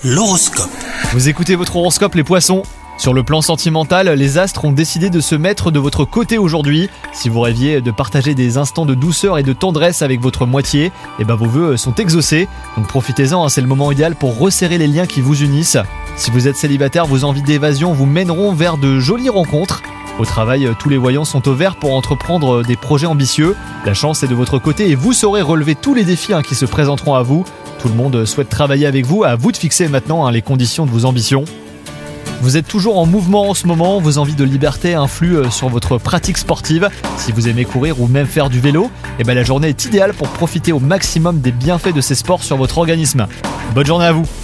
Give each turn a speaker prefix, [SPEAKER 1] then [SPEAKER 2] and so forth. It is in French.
[SPEAKER 1] L'horoscope.
[SPEAKER 2] Vous écoutez votre horoscope les poissons. Sur le plan sentimental, les astres ont décidé de se mettre de votre côté aujourd'hui. Si vous rêviez de partager des instants de douceur et de tendresse avec votre moitié, vos vœux sont exaucés. Donc profitez-en, c'est le moment idéal pour resserrer les liens qui vous unissent. Si vous êtes célibataire, vos envies d'évasion vous mèneront vers de jolies rencontres. Au travail, tous les voyants sont au vert pour entreprendre des projets ambitieux. La chance est de votre côté et vous saurez relever tous les défis qui se présenteront à vous. Tout le monde souhaite travailler avec vous, à vous de fixer maintenant les conditions de vos ambitions. Vous êtes toujours en mouvement en ce moment, vos envies de liberté influent sur votre pratique sportive. Si vous aimez courir ou même faire du vélo, la journée est idéale pour profiter au maximum des bienfaits de ces sports sur votre organisme. Bonne journée à vous!